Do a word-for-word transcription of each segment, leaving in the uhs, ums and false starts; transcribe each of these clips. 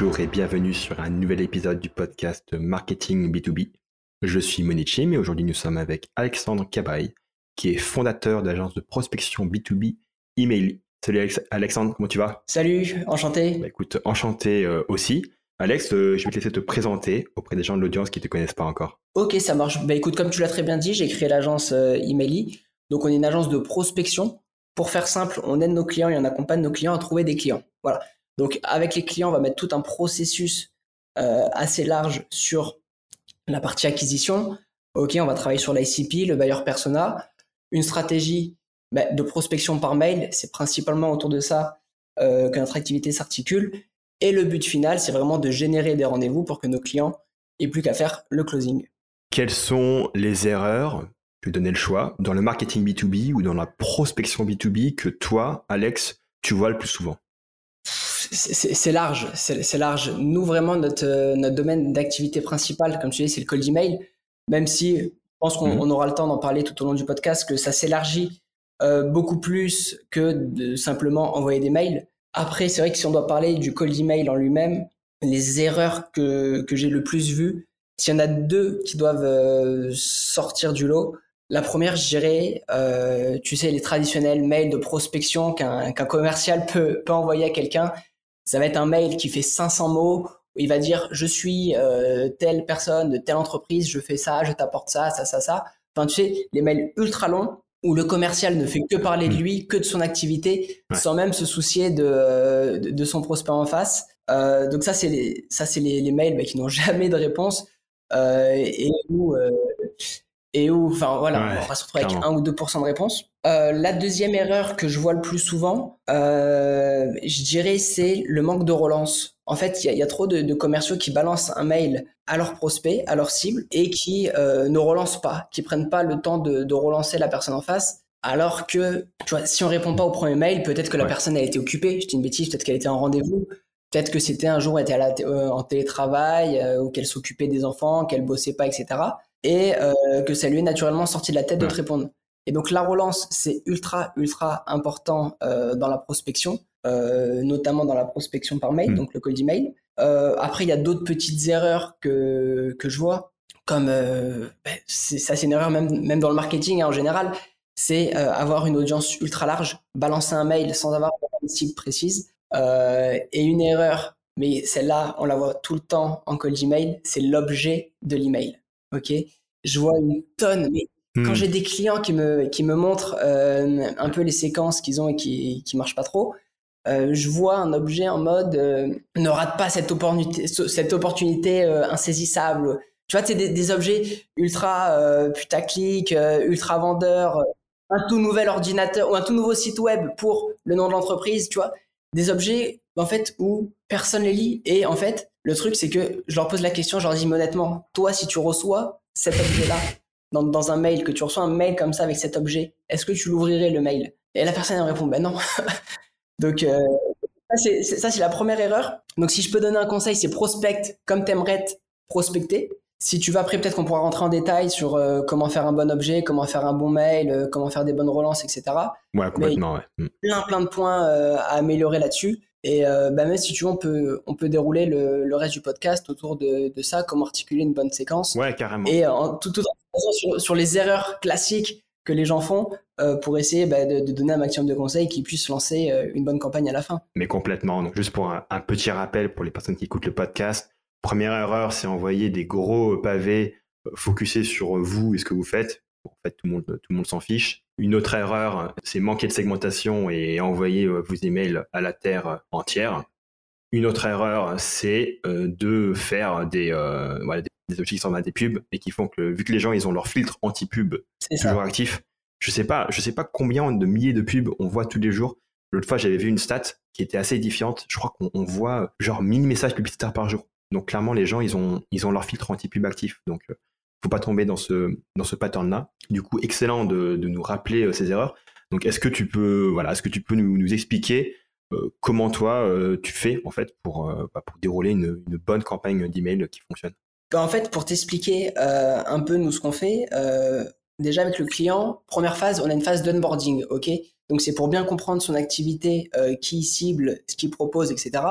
Bonjour et bienvenue sur un nouvel épisode du podcast Marketing B deux B. Je suis Monichim et aujourd'hui nous sommes avec Alexandre Cabaye, qui est fondateur d'agence de prospection B deux B Email. Salut Alexandre, comment tu vas? Salut, enchanté. Bah écoute, enchanté euh, aussi. Alex, euh, je vais te laisser te présenter auprès des gens de l'audience qui ne te connaissent pas encore. Ok, ça marche. Bah écoute, comme tu l'as très bien dit, j'ai créé l'agence euh, Emaily. Donc on est une agence de prospection. Pour faire simple, on aide nos clients et on accompagne nos clients à trouver des clients. Voilà. Donc avec les clients, on va mettre tout un processus euh, assez large sur la partie acquisition. Ok, on va travailler sur l'I C P, le buyer persona, une stratégie bah, de prospection par mail. C'est principalement autour de ça euh, que notre activité s'articule. Et le but final, c'est vraiment de générer des rendez-vous pour que nos clients aient plus qu'à faire le closing. Quelles sont les erreurs, je vais donner le choix, dans le marketing B deux B ou dans la prospection B deux B que toi, Alex, tu vois le plus souvent? C'est, c'est, c'est large, c'est, c'est large. Nous, vraiment, notre, euh, notre domaine d'activité principal, comme tu dis, c'est le cold email. Même si je pense qu'on mmh. on aura le temps d'en parler tout au long du podcast, que ça s'élargit euh, beaucoup plus que de simplement envoyer des mails. Après, c'est vrai que si on doit parler du cold email en lui-même, les erreurs que, que j'ai le plus vues, s'il y en a deux qui doivent euh, sortir du lot, la première, je dirais, euh, tu sais, les traditionnels mails de prospection qu'un, qu'un commercial peut, peut envoyer à quelqu'un. Ça va être un mail qui fait cinq cents mots, où il va dire « je suis euh, telle personne de telle entreprise, je fais ça, je t'apporte ça, ça, ça, ça ». Enfin, tu sais, les mails ultra longs où le commercial ne fait que parler de lui, que de son activité, ouais. sans même se soucier de, de, de son prospect en face. Euh, donc ça, c'est les, ça, c'est les, les mails bah, qui n'ont jamais de réponse euh, et où... Euh, et où, enfin voilà, ouais, on va se retrouver avec un ou deux pour cent de réponse. Euh, la deuxième erreur que je vois le plus souvent, euh, je dirais, c'est le manque de relance. En fait, il y, y a trop de, de commerciaux qui balancent un mail à leurs prospects, à leur cible, et qui euh, ne relancent pas, qui prennent pas le temps de, de relancer la personne en face. Alors que, tu vois, si on répond pas au premier mail, peut-être que la ouais. personne a été occupée. Je dis une bêtise, peut-être qu'elle était en rendez-vous. Peut-être que c'était un jour où elle était à la t- euh, en télétravail, euh, ou qu'elle s'occupait des enfants, qu'elle bossait pas, et cetera. Et euh, que ça lui est naturellement sorti de la tête ouais. de te répondre. Et donc la relance, c'est ultra, ultra important euh, dans la prospection, euh, notamment dans la prospection par mail, mmh. donc le cold email. Euh, après, il y a d'autres petites erreurs que, que je vois, comme, euh, ben, c'est, ça c'est une erreur même, même dans le marketing hein, en général, c'est euh, avoir une audience ultra large, balancer un mail sans avoir une cible précise. Euh, et une erreur, mais celle-là, on la voit tout le temps en cold email, c'est l'objet de l'email. Ok, je vois une tonne, mais mmh. quand j'ai des clients qui me qui me montrent euh, un peu les séquences qu'ils ont et qui qui marchent pas trop, euh, je vois un objet en mode euh, ne rate pas cette opportunité cette opportunité euh, insaisissable. Tu vois, c'est des, des objets ultra euh, putaclic, euh, ultra vendeurs, un tout nouvel ordinateur ou un tout nouveau site web pour le nom de l'entreprise. Tu vois, des objets en fait où personne les lit et en fait le truc, c'est que je leur pose la question, je leur dis honnêtement, toi, si tu reçois cet objet-là dans, dans un mail, que tu reçois un mail comme ça avec cet objet, est-ce que tu l'ouvrirais le mail? Et la personne elle me répond, ben non. Donc euh, ça, c'est, c'est, ça, c'est la première erreur. Donc si je peux donner un conseil, c'est prospecte comme t'aimerais prospecter. Si tu veux, après, peut-être qu'on pourra rentrer en détail sur euh, comment faire un bon objet, comment faire un bon mail, euh, comment faire des bonnes relances, et cetera. Ouais, complètement, Mais ouais. Plein, plein de points euh, à améliorer là-dessus. Et euh, bah même si tu veux, on peut, on peut dérouler le, le reste du podcast autour de, de ça, comment articuler une bonne séquence. Ouais, carrément. Et en, tout, tout en sur, sur les erreurs classiques que les gens font euh, pour essayer bah, de, de donner un maximum de conseils qui puissent lancer euh, une bonne campagne à la fin. Mais complètement. Donc, juste pour un, un petit rappel pour les personnes qui écoutent le podcast, première erreur, c'est envoyer des gros pavés focusés sur vous et ce que vous faites. En fait, tout le monde, tout le monde s'en fiche. Une autre erreur, c'est manquer de segmentation et envoyer vos emails à la terre entière. Une autre erreur, c'est euh, de faire des, euh, voilà, des, des objets qui sont dans des pubs et qui font que, vu que les gens ils ont leur filtre anti-pub c'est toujours ça. actif, je sais pas, je sais pas combien de milliers de pubs on voit tous les jours. L'autre fois, j'avais vu une stat qui était assez édifiante. Je crois qu'on on voit genre mille messages publicitaires par jour. Donc clairement, les gens ils ont ils ont leur filtre anti-pub actif. Donc euh, faut pas tomber dans ce dans ce pattern-là. Du coup, excellent de, de nous rappeler euh, ces erreurs. Donc est-ce que tu peux voilà, est-ce que tu peux nous, nous expliquer euh, comment toi euh, tu fais en fait pour euh, bah, pour dérouler une, une bonne campagne d'email qui fonctionne? En fait, pour t'expliquer euh, un peu nous ce qu'on fait, euh, déjà avec le client, première phase, on a une phase d'onboarding, ok? Donc c'est pour bien comprendre son activité, euh, qui il cible, ce qu'il propose, et cetera.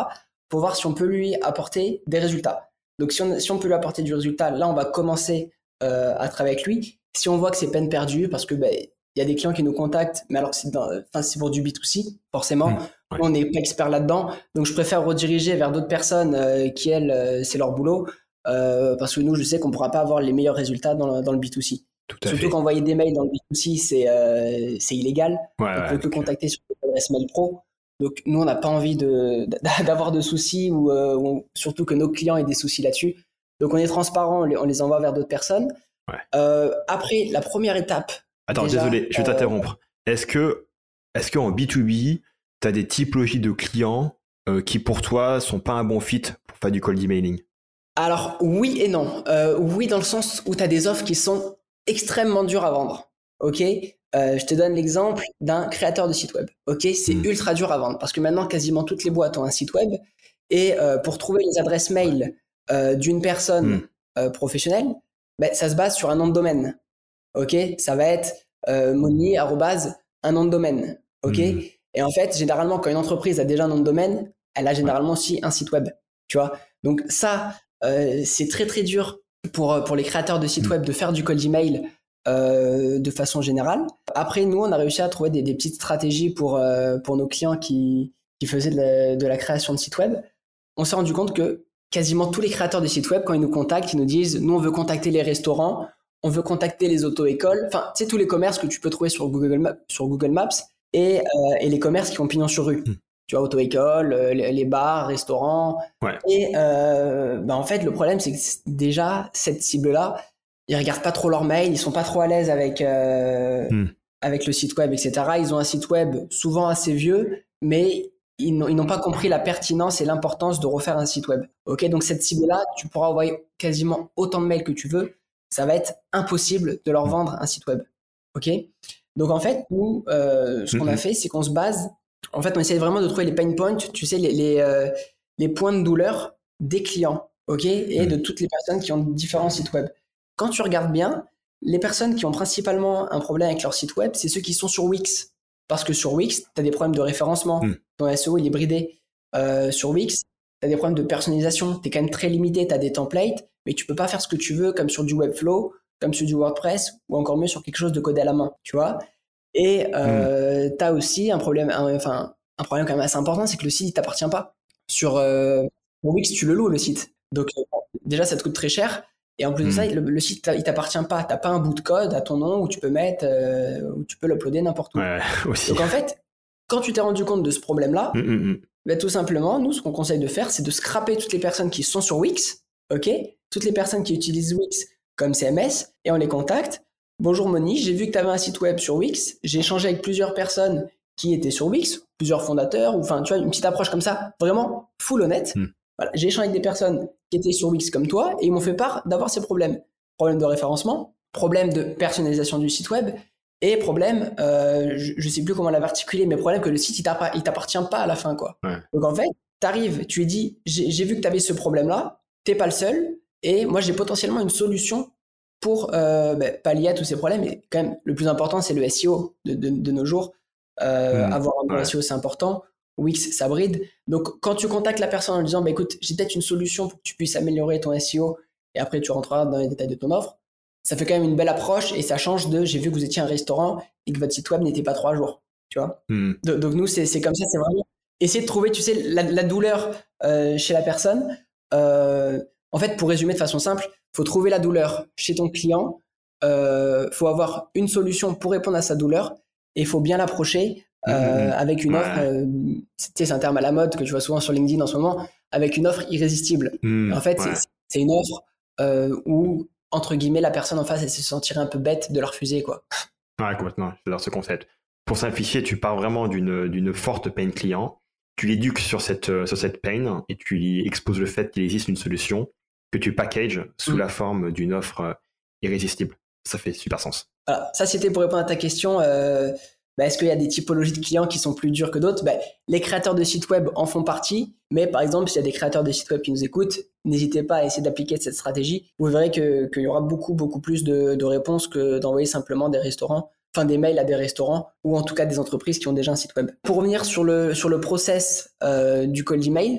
pour voir si on peut lui apporter des résultats. Donc si on, si on peut lui apporter du résultat, là on va commencer euh, à travailler avec lui. Si on voit que c'est peine perdue, parce que ben, il y a des clients qui nous contactent, mais alors que c'est, dans, enfin, c'est pour du B deux C, forcément. Mmh, ouais. On n'est pas expert là-dedans. Donc, je préfère rediriger vers d'autres personnes euh, qui, elles, euh, c'est leur boulot. Euh, parce que nous, je sais qu'on ne pourra pas avoir les meilleurs résultats dans, dans le B deux C. Tout à Surtout fait. Qu'envoyer des mails dans le B deux C, c'est, euh, c'est illégal. Ouais, on peut ouais, que okay. contacter sur l'adresse mail pro. Donc, nous, on n'a pas envie de, d'avoir de soucis ou, euh, ou surtout que nos clients aient des soucis là-dessus. Donc, on est transparent, on les, on les envoie vers d'autres personnes. Ouais. Euh, après, la première étape... Attends, déjà, désolé, je vais t'interrompre. Euh... Est-ce que, est-ce qu'en B deux B, tu as des typologies de clients euh, qui, pour toi, sont pas un bon fit pour faire du cold emailing? Alors, oui et non. Euh, oui, dans le sens où tu as des offres qui sont extrêmement dures à vendre. Ok, euh, je te donne l'exemple d'un créateur de site web. Ok, c'est mmh. ultra dur à vendre parce que maintenant, quasiment toutes les boîtes ont un site web. Et euh, pour trouver les adresses mail euh, d'une personne mmh. euh, professionnelle, ben, ça se base sur un nom de domaine. Ok, ça va être euh, Moni arrobase un nom de domaine. Ok, mmh. Et en fait, généralement, quand une entreprise a déjà un nom de domaine, elle a généralement aussi un site web. Tu vois, donc ça, euh, c'est très très dur pour pour les créateurs de sites mmh. web de faire du cold email euh, de façon générale. Après, nous, on a réussi à trouver des, des petites stratégies pour euh, pour nos clients qui qui faisaient de la, de la création de sites web. On s'est rendu compte que quasiment tous les créateurs de sites web, quand ils nous contactent, ils nous disent, nous, on veut contacter les restaurants. On veut contacter les auto-écoles, enfin, tu sais, tous les commerces que tu peux trouver sur Google, Ma- sur Google Maps et, euh, et les commerces qui ont pignon sur rue. Mmh. Tu vois, auto-école, euh, les, les bars, restaurants. Ouais. Et euh, ben, en fait, le problème, c'est que déjà, cette cible-là, ils regardent pas trop leurs mails, ils sont pas trop à l'aise avec, euh, mmh. avec le site web, et cetera. Ils ont un site web souvent assez vieux, mais ils n'ont, ils n'ont pas compris la pertinence et l'importance de refaire un site web. Ok, donc cette cible-là, tu pourras envoyer quasiment autant de mails que tu veux. Ça va être impossible de leur vendre un site web. Ok. Donc en fait, nous, euh, ce qu'on a fait, c'est qu'on se base. En fait, on essaie vraiment de trouver les pain points, tu sais, les les, euh, les points de douleur des clients, ok, et de toutes les personnes qui ont différents sites web. Quand tu regardes bien, les personnes qui ont principalement un problème avec leur site web, c'est ceux qui sont sur Wix, parce que sur Wix, tu as des problèmes de référencement. Mm. Ton S E O il est bridé. Euh, sur Wix, tu as des problèmes de personnalisation. Tu es quand même très limité. Tu as des templates, mais tu peux pas faire ce que tu veux comme sur du Webflow, comme sur du WordPress, ou encore mieux sur quelque chose de codé à la main, tu vois. Et euh, mmh. tu as aussi un problème, un, enfin, un problème quand même assez important, c'est que le site, il t'appartient pas. Sur euh, Wix, tu le loues, le site. Donc, euh, déjà, ça te coûte très cher. Et en plus mmh. de ça, le, le site, il t'appartient pas. T'as pas un bout de code à ton nom où tu peux mettre, euh, où tu peux l'uploader n'importe où. Ouais, aussi. Donc, en fait, quand tu t'es rendu compte de ce problème-là, mmh, mmh. ben, tout simplement, nous, ce qu'on conseille de faire, c'est de scraper toutes les personnes qui sont sur Wix, ok, toutes les personnes qui utilisent Wix comme C M S, et on les contacte. Bonjour Moni, j'ai vu que tu avais un site web sur Wix. J'ai échangé avec plusieurs personnes qui étaient sur Wix, plusieurs fondateurs, ou enfin, tu vois, une petite approche comme ça, vraiment full honnête. Mm. Voilà, j'ai échangé avec des personnes qui étaient sur Wix comme toi, et ils m'ont fait part d'avoir ces problèmes. Problème de référencement, problème de personnalisation du site web, et problème, euh, je, je sais plus comment l'avoir articulé, mais problème que le site, il, t'appart- il t'appartient pas à la fin, quoi. Ouais. Donc en fait, t'arrives, tu lui dis, j'ai, j'ai vu que tu avais ce problème-là, t'es pas le seul, et moi, j'ai potentiellement une solution pour euh, bah, pallier à tous ces problèmes. Et quand même, le plus important, c'est le S E O de, de, de nos jours. Euh, mmh, avoir un bon ouais. S E O, c'est important. Wix, ça bride. Donc, quand tu contactes la personne en lui disant, bah, écoute, j'ai peut-être une solution pour que tu puisses améliorer ton S E O, et après, tu rentreras dans les détails de ton offre, ça fait quand même une belle approche, et ça change de, j'ai vu que vous étiez un restaurant et que votre site web n'était pas trois jours. Tu vois. Mmh. Donc, donc, nous, c'est, c'est comme ça, c'est vraiment essayer de trouver, tu sais, la, la douleur euh, chez la personne. Euh, en fait, pour résumer de façon simple, faut trouver la douleur chez ton client, euh, faut avoir une solution pour répondre à sa douleur, et il faut bien l'approcher euh, mmh. avec une ouais. offre, euh, c'est un terme à la mode que je vois souvent sur LinkedIn en ce moment, avec une offre irrésistible. Mmh. En fait, ouais. c'est, c'est une offre euh, où, entre guillemets, la personne en face, elle se sentirait un peu bête de la refuser, quoi. Ouais, complètement, j'adore ce concept. Pour simplifier, tu pars vraiment d'une, d'une forte pain client, tu l'éduques sur cette, sur cette pain, et tu lui exposes le fait qu'il existe une solution que tu packages sous mmh. la forme d'une offre euh, irrésistible. Ça fait super sens. Alors, ça, c'était pour répondre à ta question. Euh, bah, est-ce qu'il y a des typologies de clients qui sont plus durs que d'autres? bah, Les créateurs de sites web en font partie. Mais par exemple, s'il y a des créateurs de sites web qui nous écoutent, n'hésitez pas à essayer d'appliquer cette stratégie. Vous verrez que, qu'il y aura beaucoup, beaucoup plus de, de réponses que d'envoyer simplement des restaurants, enfin des mails à des restaurants ou en tout cas des entreprises qui ont déjà un site web. Pour revenir sur le, sur le process euh, du cold email,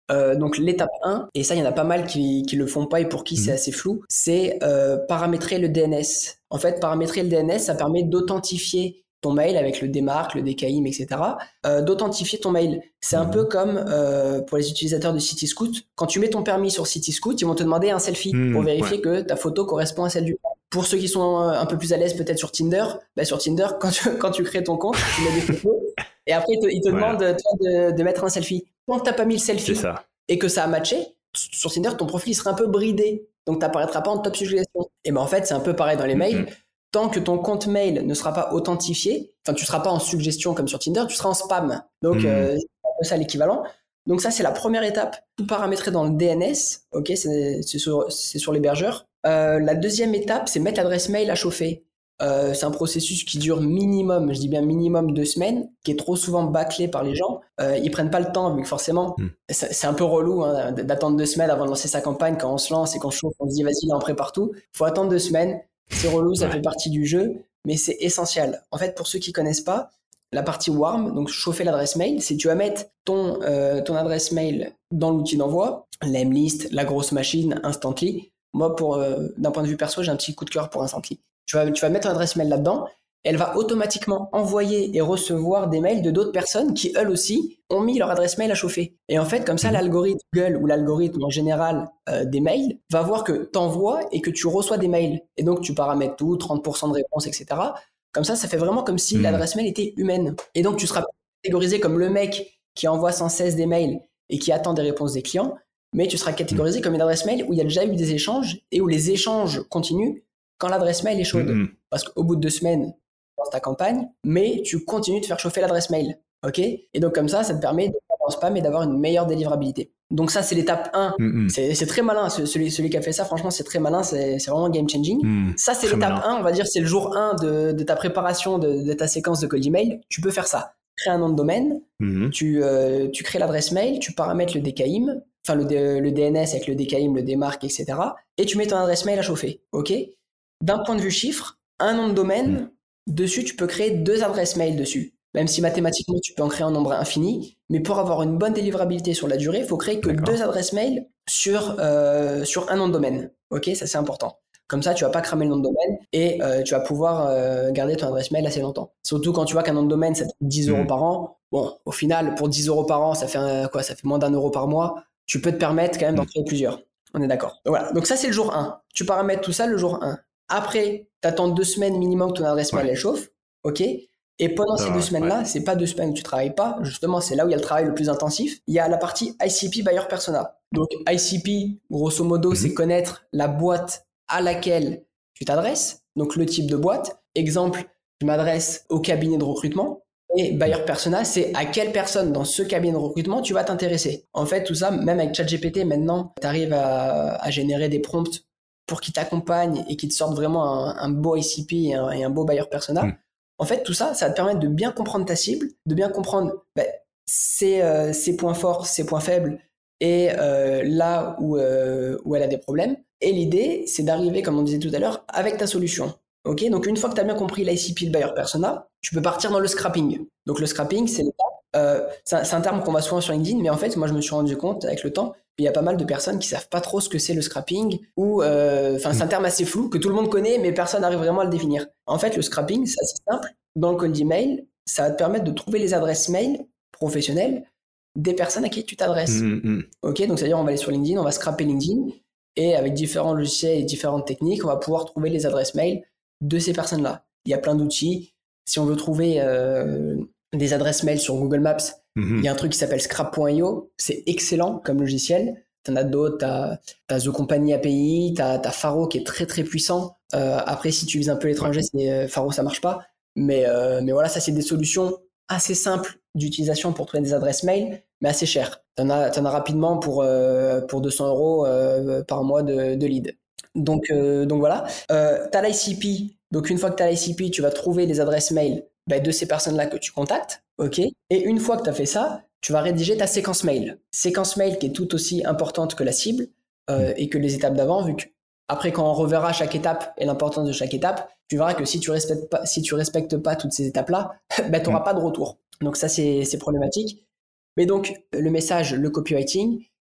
Euh, donc l'étape un, et ça il y en a pas mal qui qui le font pas et pour qui mmh. c'est assez flou, c'est euh, paramétrer le D N S. En fait, paramétrer le D N S, ça permet d'authentifier ton mail avec le D M A R C, le D K I M, et cetera. Euh, d'authentifier ton mail. C'est mmh. un peu comme euh, pour les utilisateurs de Cityscoot. Quand tu mets ton permis sur Cityscoot, ils vont te demander un selfie mmh, pour vérifier ouais. que ta photo correspond à celle du. Pour ceux qui sont un peu plus à l'aise peut-être sur Tinder, bah sur Tinder, quand tu, quand tu crées ton compte, tu mets des photos et après il te, il te ouais. demande toi, de, de mettre un selfie. Quand t'as pas mis le selfie ça. et que ça a matché, sur Tinder, ton profil sera un peu bridé. Donc t'apparaîtras pas en top suggestion. Et ben en fait, c'est un peu pareil dans les mails. Mm-hmm. Tant que ton compte mail ne sera pas authentifié, enfin tu seras pas en suggestion comme sur Tinder, tu seras en spam. Donc mm-hmm. euh, c'est un peu ça l'équivalent. Donc ça c'est la première étape, tout paramétrer dans le D N S. Ok, c'est, c'est sur c'est sur l'hébergeur. Euh, la deuxième étape, c'est mettre l'adresse mail à chauffer. Euh, c'est un processus qui dure minimum, je dis bien minimum deux semaines, qui est trop souvent bâclé par les gens. Euh, ils prennent pas le temps, vu que forcément, mm. c'est, c'est un peu relou hein, d'attendre deux semaines avant de lancer sa campagne. Quand on se lance et qu'on chauffe, on se dit vas-y, là on prépare tout. Faut attendre deux semaines. C'est relou, ça ouais. fait partie du jeu, mais c'est essentiel. En fait, pour ceux qui connaissent pas, la partie warm, donc chauffer l'adresse mail, c'est tu vas mettre ton euh, ton adresse mail dans l'outil d'envoi, la Mlist, la grosse machine, Instantly. Moi, pour euh, d'un point de vue perso, j'ai un petit coup de cœur pour Instantly. Tu vas, tu vas mettre ton adresse mail là-dedans, elle va automatiquement envoyer et recevoir des mails de d'autres personnes qui, elles aussi, ont mis leur adresse mail à chauffer. Et en fait, comme ça, l'algorithme Google ou l'algorithme en général euh, des mails va voir que tu envoies et que tu reçois des mails. Et donc, tu paramètres tout, trente pour cent de réponses, et cetera. Comme ça, ça fait vraiment comme si mmh. l'adresse mail était humaine. Et donc, tu seras catégorisé comme le mec qui envoie sans cesse des mails et qui attend des réponses des clients, mais tu seras catégorisé mmh. comme une adresse mail où il y a déjà eu des échanges et où les échanges continuent quand l'adresse mail est chaude. Mmh. Parce qu'au bout de deux semaines, tu lances ta campagne, mais tu continues de faire chauffer l'adresse mail. Ok ? Et donc comme ça, ça te permet de faire en spam et d'avoir une meilleure délivrabilité. Donc ça, c'est l'étape un. Mmh. C'est, c'est très malin. Celui, celui qui a fait ça, franchement, c'est très malin. C'est, c'est vraiment game changing. Mmh. Ça, c'est très l'étape malin. un. On va dire c'est le jour un de, de ta préparation, de, de ta séquence de cold email. Tu peux faire ça. Créer un nom de domaine. Mmh. Tu, euh, tu crées l'adresse mail. Tu paramètres le D K I M. Enfin, le, le D N S avec le D K I M, le D M A R C, et cetera. Et tu mets ton adresse mail à chauffer. Ok ? D'un point de vue chiffre, un nom de domaine, mmh. dessus, tu peux créer deux adresses mail dessus. Même si mathématiquement, tu peux en créer un nombre infini. Mais pour avoir une bonne délivrabilité sur la durée, il faut créer que D'accord. deux adresses mail sur, euh, sur un nom de domaine. Ok, ça c'est important. Comme ça, tu vas pas cramer le nom de domaine et euh, tu vas pouvoir euh, garder ton adresse mail assez longtemps. Surtout quand tu vois qu'un nom de domaine, ça te coûte dix euros mmh. par an. Bon, au final, pour dix euros par an, ça fait euh, quoi ? Ça fait moins d'un euro par mois. Tu peux te permettre quand même d'en créer mmh. plusieurs. On est d'accord. Donc, voilà. Donc ça, c'est le jour un. Tu paramètres tout ça le jour un. Après, tu attends deux semaines minimum que ton adresse mail ouais. elle chauffe, ok. Et pendant ces deux semaines-là, ouais. c'est pas deux semaines où tu travailles pas. Justement, c'est là où il y a le travail le plus intensif. Il y a la partie I C P Buyer Persona. Donc I C P, grosso modo, mm-hmm. c'est connaître la boîte à laquelle tu t'adresses. Donc le type de boîte. Exemple, je m'adresse au cabinet de recrutement. Et Buyer Persona, c'est à quelle personne dans ce cabinet de recrutement tu vas t'intéresser. En fait, tout ça, même avec ChatGPT, maintenant, tu arrives à, à générer des prompts pour qu'ils t'accompagnent et qu'ils te sortent vraiment un, un beau I C P et un, et un beau buyer persona. Mmh. En fait, tout ça, ça va te permettre de bien comprendre ta cible, de bien comprendre bah, ses, euh, ses points forts, ses points faibles et euh, là où, euh, où elle a des problèmes. Et l'idée, c'est d'arriver, comme on disait tout à l'heure, avec ta solution. Okay, donc une fois que tu as bien compris l'I C P, le buyer persona, tu peux partir dans le scrapping. Donc le scrapping, c'est l'étape. Euh, c'est, un, c'est un terme qu'on voit souvent sur LinkedIn, mais en fait, moi, je me suis rendu compte avec le temps, il y a pas mal de personnes qui savent pas trop ce que c'est le scrapping, ou euh, enfin, c'est un terme assez flou que tout le monde connaît, mais personne n'arrive vraiment à le définir. En fait, le scrapping, c'est assez simple. Dans le cold email, ça va te permettre de trouver les adresses mail professionnelles des personnes à qui tu t'adresses. Mm-hmm. Ok, donc c'est-à-dire on va aller sur LinkedIn, on va scraper LinkedIn, et avec différents logiciels et différentes techniques, on va pouvoir trouver les adresses mail de ces personnes-là. Il y a plein d'outils. Si on veut trouver euh, des adresses mail sur Google Maps, mm-hmm. il y a un truc qui s'appelle scrap point io. C'est excellent comme logiciel. T'en as d'autres. T'as, t'as The Company A P I, t'as, t'as Faro qui est très très puissant. Euh, après, si tu vises un peu l'étranger, c'est, euh, Faro ça marche pas. Mais, euh, mais voilà, ça c'est des solutions assez simples d'utilisation pour trouver des adresses mail, mais assez chères. T'en as, t'en as rapidement pour, euh, pour deux cents euros euh, par mois de, de lead. Donc, euh, donc voilà. Euh, t'as l'I C P. Donc une fois que t'as l'I C P, tu vas trouver les adresses mail bah, de ces personnes-là que tu contactes. Ok. Et une fois que t'as fait ça, tu vas rédiger ta séquence mail. Séquence mail qui est tout aussi importante que la cible euh, et que les étapes d'avant, vu que après quand on reverra chaque étape et l'importance de chaque étape, tu verras que si tu respectes pas, si tu respectes pas toutes ces étapes-là, bah, t'auras pas de retour. Donc ça c'est, c'est problématique. Mais donc le message, le copywriting,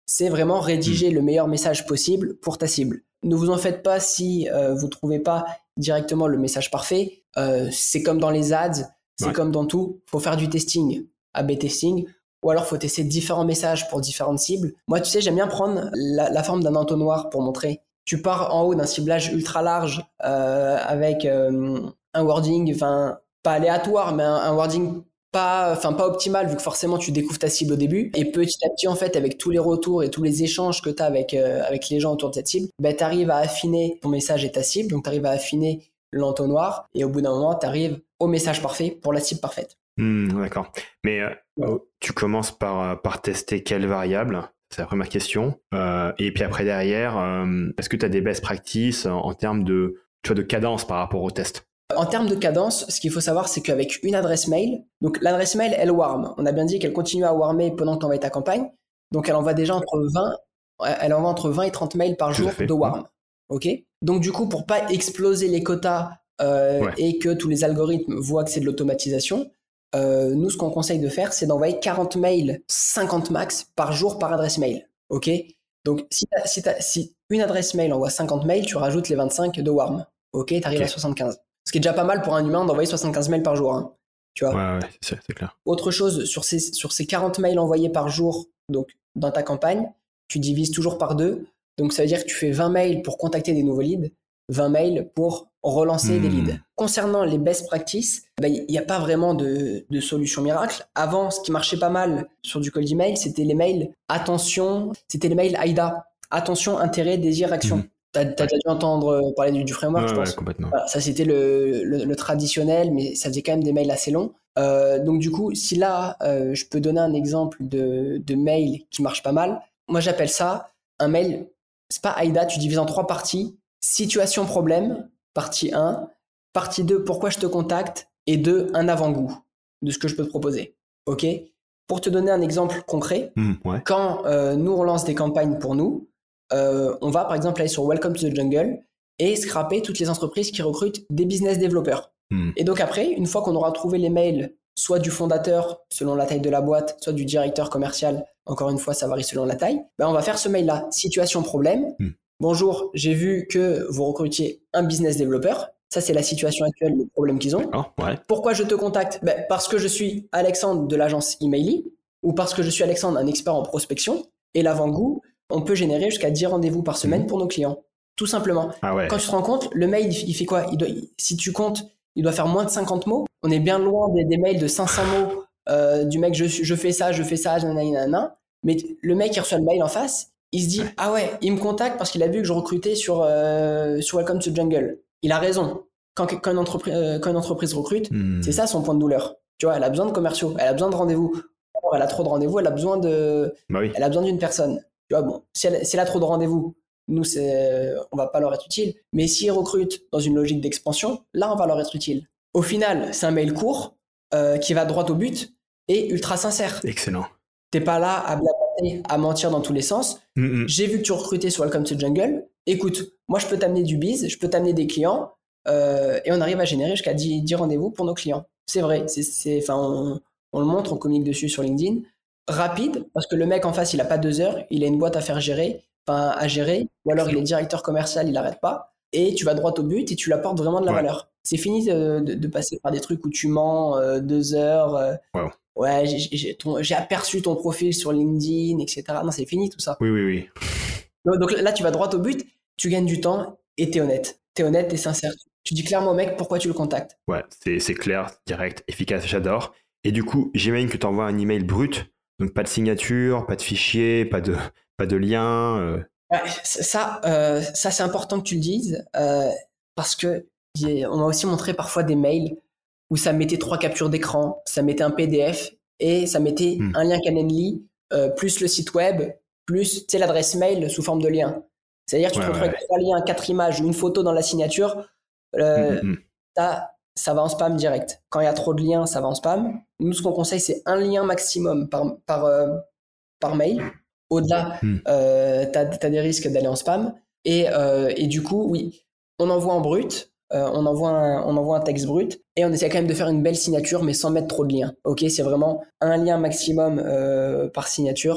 c'est vraiment rédiger mmh. le meilleur message possible pour ta cible. Ne vous en faites pas si euh, vous ne trouvez pas directement le message parfait. Euh, c'est comme dans les ads, c'est ouais. comme dans tout. Il faut faire du testing, A B testing, ou alors il faut tester différents messages pour différentes cibles. Moi, tu sais, j'aime bien prendre la, la forme d'un entonnoir pour montrer. Tu pars en haut d'un ciblage ultra large euh, avec euh, un wording, enfin, pas aléatoire, mais un, un wording pas, enfin, pas optimal, vu que forcément tu découvres ta cible au début. Et petit à petit, en fait, avec tous les retours et tous les échanges que tu as avec, euh, avec les gens autour de cette cible, ben, tu arrives à affiner ton message et ta cible. Donc, tu arrives à affiner l'entonnoir. Et au bout d'un moment, tu arrives au message parfait pour la cible parfaite. Mmh, d'accord. Mais euh, ouais. tu commences par, par tester quelle variable ? C'est la première question. Euh, et puis après, derrière, euh, est-ce que tu as des best practices en, en termes de, tu vois, de cadence par rapport au test ? En termes de cadence, ce qu'il faut savoir, c'est qu'avec une adresse mail, donc l'adresse mail, elle warm. On a bien dit qu'elle continue à warmer pendant que tu envoies ta campagne. Donc, elle envoie déjà entre vingt, elle envoie entre vingt et trente mails par jour de warm. OK ? Donc, du coup, pour pas exploser les quotas euh, ouais. et que tous les algorithmes voient que c'est de l'automatisation, euh, nous, ce qu'on conseille de faire, c'est d'envoyer quarante mails, cinquante max par jour par adresse mail. OK ? Donc, si, t'as, si, t'as, si une adresse mail envoie cinquante mails, tu rajoutes les vingt-cinq de warm. OK ? Tu arrives okay. à soixante-quinze. Ce qui est déjà pas mal pour un humain d'envoyer soixante-quinze mails par jour. Hein, tu vois. Ouais, ouais, c'est, c'est clair. Autre chose, sur ces, sur ces quarante mails envoyés par jour, donc dans ta campagne, tu divises toujours par deux. Donc ça veut dire que tu fais vingt mails pour contacter des nouveaux leads, vingt mails pour relancer mmh. des leads. Concernant les best practices, il bah, n'y a pas vraiment de, de solution miracle. Avant, ce qui marchait pas mal sur du cold email, c'était les mails attention, c'était les mails A I D A. Attention, intérêt, désir, action. Mmh. T'as, t'as déjà dû entendre parler du, du framework, ouais, je pense. Ouais, complètement. Voilà, ça, c'était le, le, le traditionnel, mais ça faisait quand même des mails assez longs. Euh, donc, du coup, si là, euh, je peux donner un exemple de, de mail qui marche pas mal, moi, j'appelle ça un mail, c'est pas A I D A, tu divises en trois parties. Situation problème, partie un. Partie deux, pourquoi je te contacte. Et deux, un avant-goût de ce que je peux te proposer. OK ? Pour te donner un exemple concret, mmh, ouais. quand euh, nous, on lance des campagnes pour nous, Euh, on va par exemple aller sur Welcome to the Jungle et scraper toutes les entreprises qui recrutent des business développeurs. Mmh. Et donc après, une fois qu'on aura trouvé les mails, soit du fondateur selon la taille de la boîte, soit du directeur commercial, encore une fois ça varie selon la taille, ben on va faire ce mail-là, situation problème. Mmh. Bonjour, j'ai vu que vous recrutiez un business développeur. Ça, c'est la situation actuelle, le problème qu'ils ont. Oh, ouais. Pourquoi je te contacte ? Ben, parce que je suis Alexandre de l'agence Emaily ou parce que je suis Alexandre, un expert en prospection. Et l'avant-goût, on peut générer jusqu'à dix rendez-vous par semaine mmh. pour nos clients. Tout simplement. Ah ouais. Quand tu te rends compte, le mail, il fait quoi ? il doit, Si tu comptes, il doit faire moins de cinquante mots. On est bien loin des, des mails de cinq cents mots euh, du mec, je, je fais ça, je fais ça, nanana. Mais le mec qui reçoit le mail en face, il se dit ouais. ah ouais, il me contacte parce qu'il a vu que je recrutais sur, euh, sur Welcome to Jungle. Il a raison. Quand, quand, une, entreprise, euh, quand une entreprise recrute, mmh. c'est ça son point de douleur. Tu vois, elle a besoin de commerciaux, elle a besoin de rendez-vous. Elle a trop de rendez-vous, elle a besoin de, bah oui. elle a besoin d'une personne. Tu vois, bon, si elle, si elle a trop de rendez-vous, nous, c'est, on va pas leur être utile. Mais s'ils recrutent dans une logique d'expansion, là, on va leur être utile. Au final, c'est un mail court euh, qui va droit au but et ultra sincère. Excellent. T'es pas là à blablater, à mentir dans tous les sens. Mm-hmm. J'ai vu que tu recrutais sur Welcome to Jungle. Écoute, moi, je peux t'amener du biz, je peux t'amener des clients euh, et on arrive à générer jusqu'à dix, dix rendez-vous pour nos clients. C'est vrai. C'est, c'est, enfin, on, on le montre, on communique dessus sur LinkedIn. Rapide, parce que le mec en face, il a pas deux heures, il a une boîte à faire gérer, enfin à gérer, ou alors il est directeur commercial, il arrête pas, et tu vas droit au but et tu lui apportes vraiment de la ouais. valeur. C'est fini de, de, de passer par des trucs où tu mens euh, deux heures. Euh, wow. Ouais, j'ai, j'ai, ton, j'ai aperçu ton profil sur LinkedIn, et cetera. Non, c'est fini tout ça. Oui, oui, oui. Donc, donc là, tu vas droit au but, tu gagnes du temps et t'es honnête. T'es honnête, t'es sincère. Tu dis clairement au mec pourquoi tu le contactes. Ouais, c'est, c'est clair, direct, efficace, j'adore. Et du coup, j'imagine que tu envoies un email brut. Donc pas de signature, pas de fichier, pas de, pas de lien. Euh... Ouais, ça, euh, ça c'est important que tu le dises euh, parce que on m'a aussi montré parfois des mails où ça mettait trois captures d'écran, ça mettait un P D F et ça mettait hmm. un lien Calendly euh, plus le site web plus tu sais l'adresse mail sous forme de lien. C'est-à-dire que tu ouais, te retrouves ouais. avec trois liens, quatre images, une photo dans la signature. Euh, hmm, hmm. T'as ça va en spam direct. Quand il y a trop de liens, ça va en spam. Nous, ce qu'on conseille, c'est un lien maximum par, par, euh, par mail. Au-delà, mm. euh, tu as des risques d'aller en spam. Et, euh, et du coup, oui, on envoie en brut, euh, on, envoie un, on envoie un texte brut et on essaie quand même de faire une belle signature, mais sans mettre trop de liens. Ok, c'est vraiment un lien maximum euh, par signature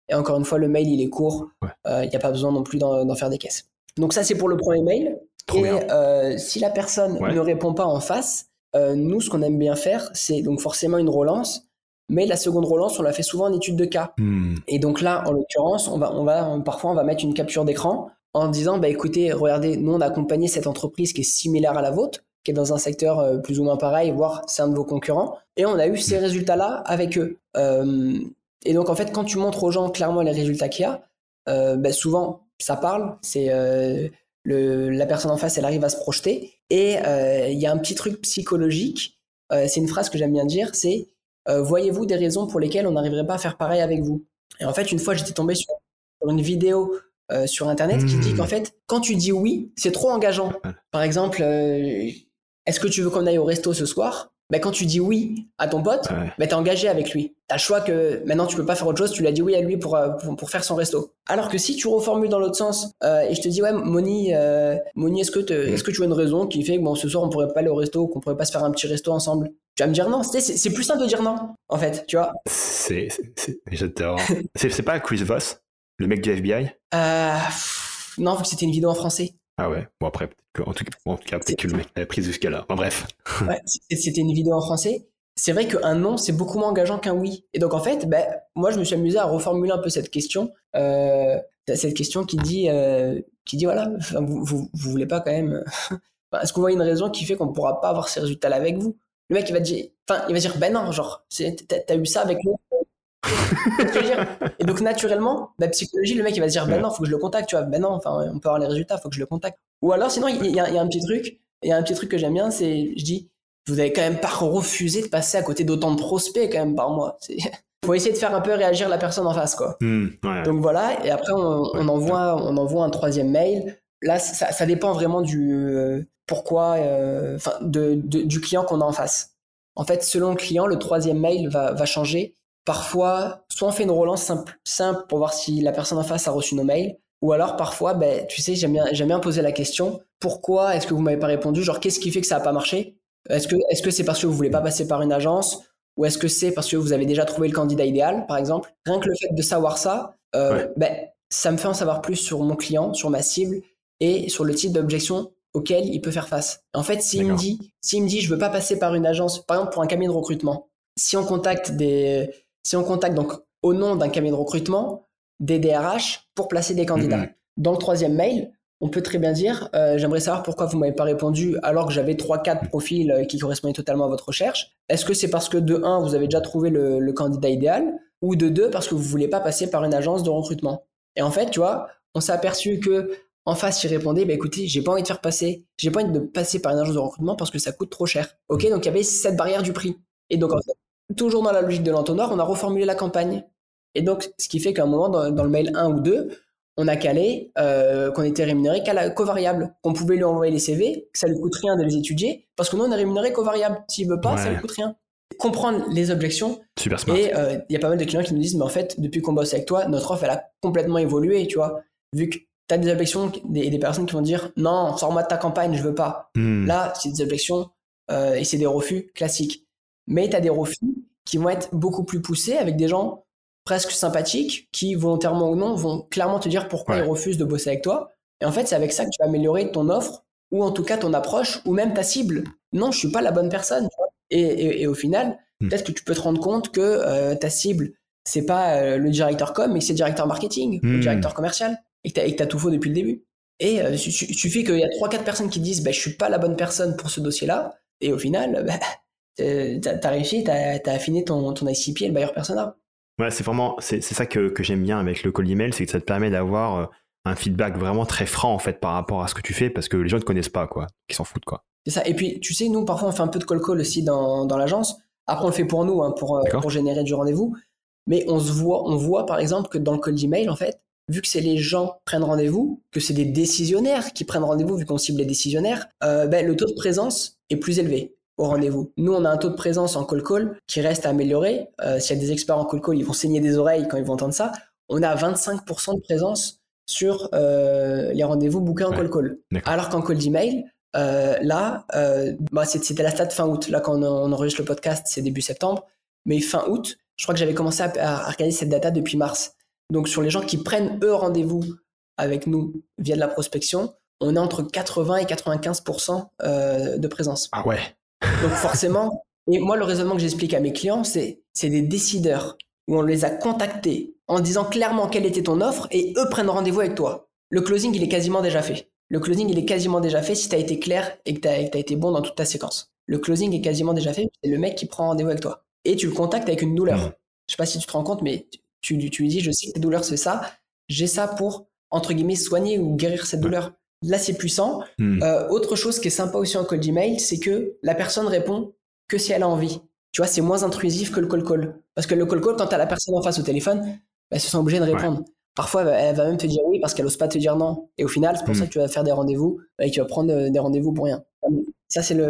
Et encore une fois, le mail, il est court. Il ouais. n'y euh, a pas besoin non plus d'en, d'en faire des caisses. Donc ça, c'est pour le premier mail. Trop et euh, si la personne ouais. ne répond pas en face, euh, nous, ce qu'on aime bien faire, c'est donc forcément une relance. Mais la seconde relance, on la fait souvent en étude de cas. Hmm. Et donc là, en l'occurrence, on va, on va, on, parfois, on va mettre une capture d'écran en disant, bah, écoutez, regardez, nous, on a accompagné cette entreprise qui est similaire à la vôtre, qui est dans un secteur euh, plus ou moins pareil, voire c'est un de vos concurrents. Et on a eu ces résultats-là avec eux. Euh, et donc, en fait, quand tu montres aux gens clairement les résultats qu'il y a, euh, bah, souvent, ça parle. C'est euh, le, la personne en face, elle arrive à se projeter. Et il euh, y a un petit truc psychologique. Euh, c'est une phrase que j'aime bien dire, c'est Euh, voyez-vous des raisons pour lesquelles on n'arriverait pas à faire pareil avec vous? Et en fait, une fois, j'étais tombé sur une vidéo euh, sur Internet mmh. qui dit qu'en fait, quand tu dis oui, c'est trop engageant. Par exemple, euh, est-ce que tu veux qu'on aille au resto ce soir? Ben, quand tu dis oui à ton pote, ouais. ben, t'es engagé avec lui. T'as le choix que maintenant tu peux pas faire autre chose, tu l'as dit oui à lui pour, pour, pour faire son resto. Alors que si tu reformules dans l'autre sens euh, et je te dis ouais Moni, euh, Moni est-ce que, te, mmh. est-ce que tu as une raison qui fait que bon, ce soir on pourrait pas aller au resto, qu'on pourrait pas se faire un petit resto ensemble? Tu vas me dire non, c'est, c'est, c'est plus simple de dire non, en fait, tu vois. C'est, c'est, c'est j'adore. c'est, c'est pas Chris Voss, le mec du F B I? euh, pff, Non, vu que c'était une vidéo en français. Ah ouais, bon après, en tout cas, en tout cas peut-être c'est... que le mec l'avait prise jusqu'à là. Enfin bref. Ouais, c'était une vidéo en français. C'est vrai qu'un non, c'est beaucoup moins engageant qu'un oui. Et donc en fait, ben, moi je me suis amusé à reformuler un peu cette question. Euh, cette question qui dit, euh, qui dit voilà, vous, vous, vous voulez pas quand même... Est-ce que vous voyez une raison qui fait qu'on ne pourra pas avoir ces résultats-là avec vous? Le mec, il va dire, enfin, il va dire, ben non, genre, c'est, t'as, t'as eu ça avec nous. Et donc, naturellement, la psychologie, le mec, il va se dire, ben non, faut que je le contacte, tu vois. Ben non, enfin, on peut avoir les résultats, faut que je le contacte. Ou alors, sinon, il y, y, a, il y a un petit truc, il y a un petit truc que j'aime bien, c'est, je dis, vous avez quand même pas refusé de passer à côté d'autant de prospects, quand même, par mois. C'est... faut essayer de faire un peu réagir la personne en face, quoi. Mmh, ouais. Donc voilà, et après, on, on, envoie, on envoie un troisième mail. Là, ça, ça dépend vraiment du euh, pourquoi, euh, de, de, du client qu'on a en face. En fait, selon le client, le troisième mail va, va changer. Parfois, soit on fait une relance simple, simple pour voir si la personne en face a reçu nos mails, ou alors parfois, ben, tu sais, j'aime bien, j'aime bien poser la question, pourquoi est-ce que vous m'avez pas répondu? Genre, qu'est-ce qui fait que ça n'a pas marché? Est-ce que, est-ce que c'est parce que vous voulez pas passer par une agence? Ou est-ce que c'est parce que vous avez déjà trouvé le candidat idéal, par exemple? Rien que le fait de savoir ça, euh, ouais. ben, ça me fait en savoir plus sur mon client, sur ma cible, et sur le type d'objection auquel il peut faire face. En fait, s'il me dit, s'il me dit, je veux pas passer par une agence, par exemple pour un cabinet de recrutement, si on contacte des, si on contacte donc au nom d'un cabinet de recrutement des D R H pour placer des candidats. Mm-hmm. Dans le troisième mail, on peut très bien dire, euh, j'aimerais savoir pourquoi vous m'avez pas répondu alors que j'avais trois, quatre profils qui correspondaient totalement à votre recherche. Est-ce que c'est parce que de un, vous avez déjà trouvé le, le candidat idéal, ou de deux, parce que vous voulez pas passer par une agence de recrutement? Et en fait, tu vois, on s'est aperçu que en face, il répondait, bah écoutez, j'ai pas envie de faire passer, j'ai pas envie de passer par une agence de recrutement parce que ça coûte trop cher. Ok, donc il y avait cette barrière du prix. Et donc, en fait, toujours dans la logique de l'entonnoir, on a reformulé la campagne. Et donc, ce qui fait qu'à un moment, dans, dans le mail un ou deux, on a calé euh, qu'on était rémunéré qu'à la co-variable, qu'on pouvait lui envoyer les C V, que ça lui coûte rien de les étudier, parce que nous, on est rémunéré co-variable. S'il veut pas, ouais. ça lui coûte rien. Comprendre les objections. Super smart. Et il euh, y a pas mal de clients qui nous disent, mais en fait, depuis qu'on bosse avec toi, notre offre, elle a complètement évolué, tu vois, vu que t'as des objections et des personnes qui vont dire non, sors-moi de ta campagne, je veux pas. Mm. Là, c'est des objections euh, et c'est des refus classiques. Mais t'as des refus qui vont être beaucoup plus poussés avec des gens presque sympathiques qui, volontairement ou non, vont clairement te dire pourquoi ouais. ils refusent de bosser avec toi. Et en fait, c'est avec ça que tu vas améliorer ton offre ou en tout cas ton approche ou même ta cible. Non, je suis pas la bonne personne. Tu vois. Et, et, et au final, mm. peut-être que tu peux te rendre compte que euh, ta cible, c'est pas euh, le directeur com, mais c'est le directeur marketing, mm. le directeur commercial. Et que tu as tout faux depuis le début. Et euh, il suffit qu'il y a trois quatre personnes qui disent bah, « je suis pas la bonne personne pour ce dossier-là », et au final, bah, tu as réussi, tu as affiné ton, ton I C P et le buyer persona. Ouais, c'est vraiment, c'est, c'est ça que, que j'aime bien avec le cold email, c'est que ça te permet d'avoir un feedback vraiment très franc en fait par rapport à ce que tu fais, parce que les gens ne te connaissent pas, quoi, qui s'en foutent, quoi. C'est ça, et puis tu sais, nous parfois on fait un peu de call call aussi dans, dans l'agence, après on le fait pour nous, hein, pour, pour générer du rendez-vous, mais on se voit, on voit par exemple que dans le cold email, en fait, vu que c'est les gens qui prennent rendez-vous, que c'est des décisionnaires qui prennent rendez-vous, vu qu'on cible les décisionnaires, euh, ben, le taux de présence est plus élevé au rendez-vous. Nous, on a un taux de présence en call call qui reste à améliorer. Euh, s'il y a des experts en call call, ils vont saigner des oreilles quand ils vont entendre ça. On a vingt-cinq pour cent de présence sur euh, les rendez-vous bookés en ouais. call call. D'accord. Alors qu'en cold email, euh, là, euh, bah, c'était la stat fin août. Là, quand on, on enregistre le podcast, c'est début septembre. Mais fin août, je crois que j'avais commencé à, à regarder cette data depuis mars. Donc sur les gens qui prennent eux rendez-vous avec nous via de la prospection, on est entre quatre-vingts et quatre-vingt-quinze pour cent euh, de présence. Ah ouais. Donc forcément, et moi le raisonnement que j'explique à mes clients, c'est c'est des décideurs où on les a contactés en disant clairement quelle était ton offre et eux prennent rendez-vous avec toi. Le closing, il est quasiment déjà fait. Le closing, il est quasiment déjà fait si tu as été clair et que tu as été bon dans toute ta séquence. Le closing est quasiment déjà fait, c'est le mec qui prend rendez-vous avec toi. Et tu le contactes avec une douleur. Mmh. Je sais pas si tu te rends compte, mais tu, tu lui dis, je sais que ta douleur c'est ça, j'ai ça pour, entre guillemets, soigner ou guérir cette douleur. Là, c'est puissant. Mmh. Euh, autre chose qui est sympa aussi en cold email, c'est que la personne répond que si elle a envie. Tu vois, c'est moins intrusif que le call call. Parce que le call call, quand tu as la personne en face au téléphone, bah, elle se sent obligée de répondre. Ouais. Parfois, elle va même te dire oui parce qu'elle n'ose pas te dire non. Et au final, c'est pour mmh. ça que tu vas faire des rendez-vous et que tu vas prendre des rendez-vous pour rien. Ça, c'est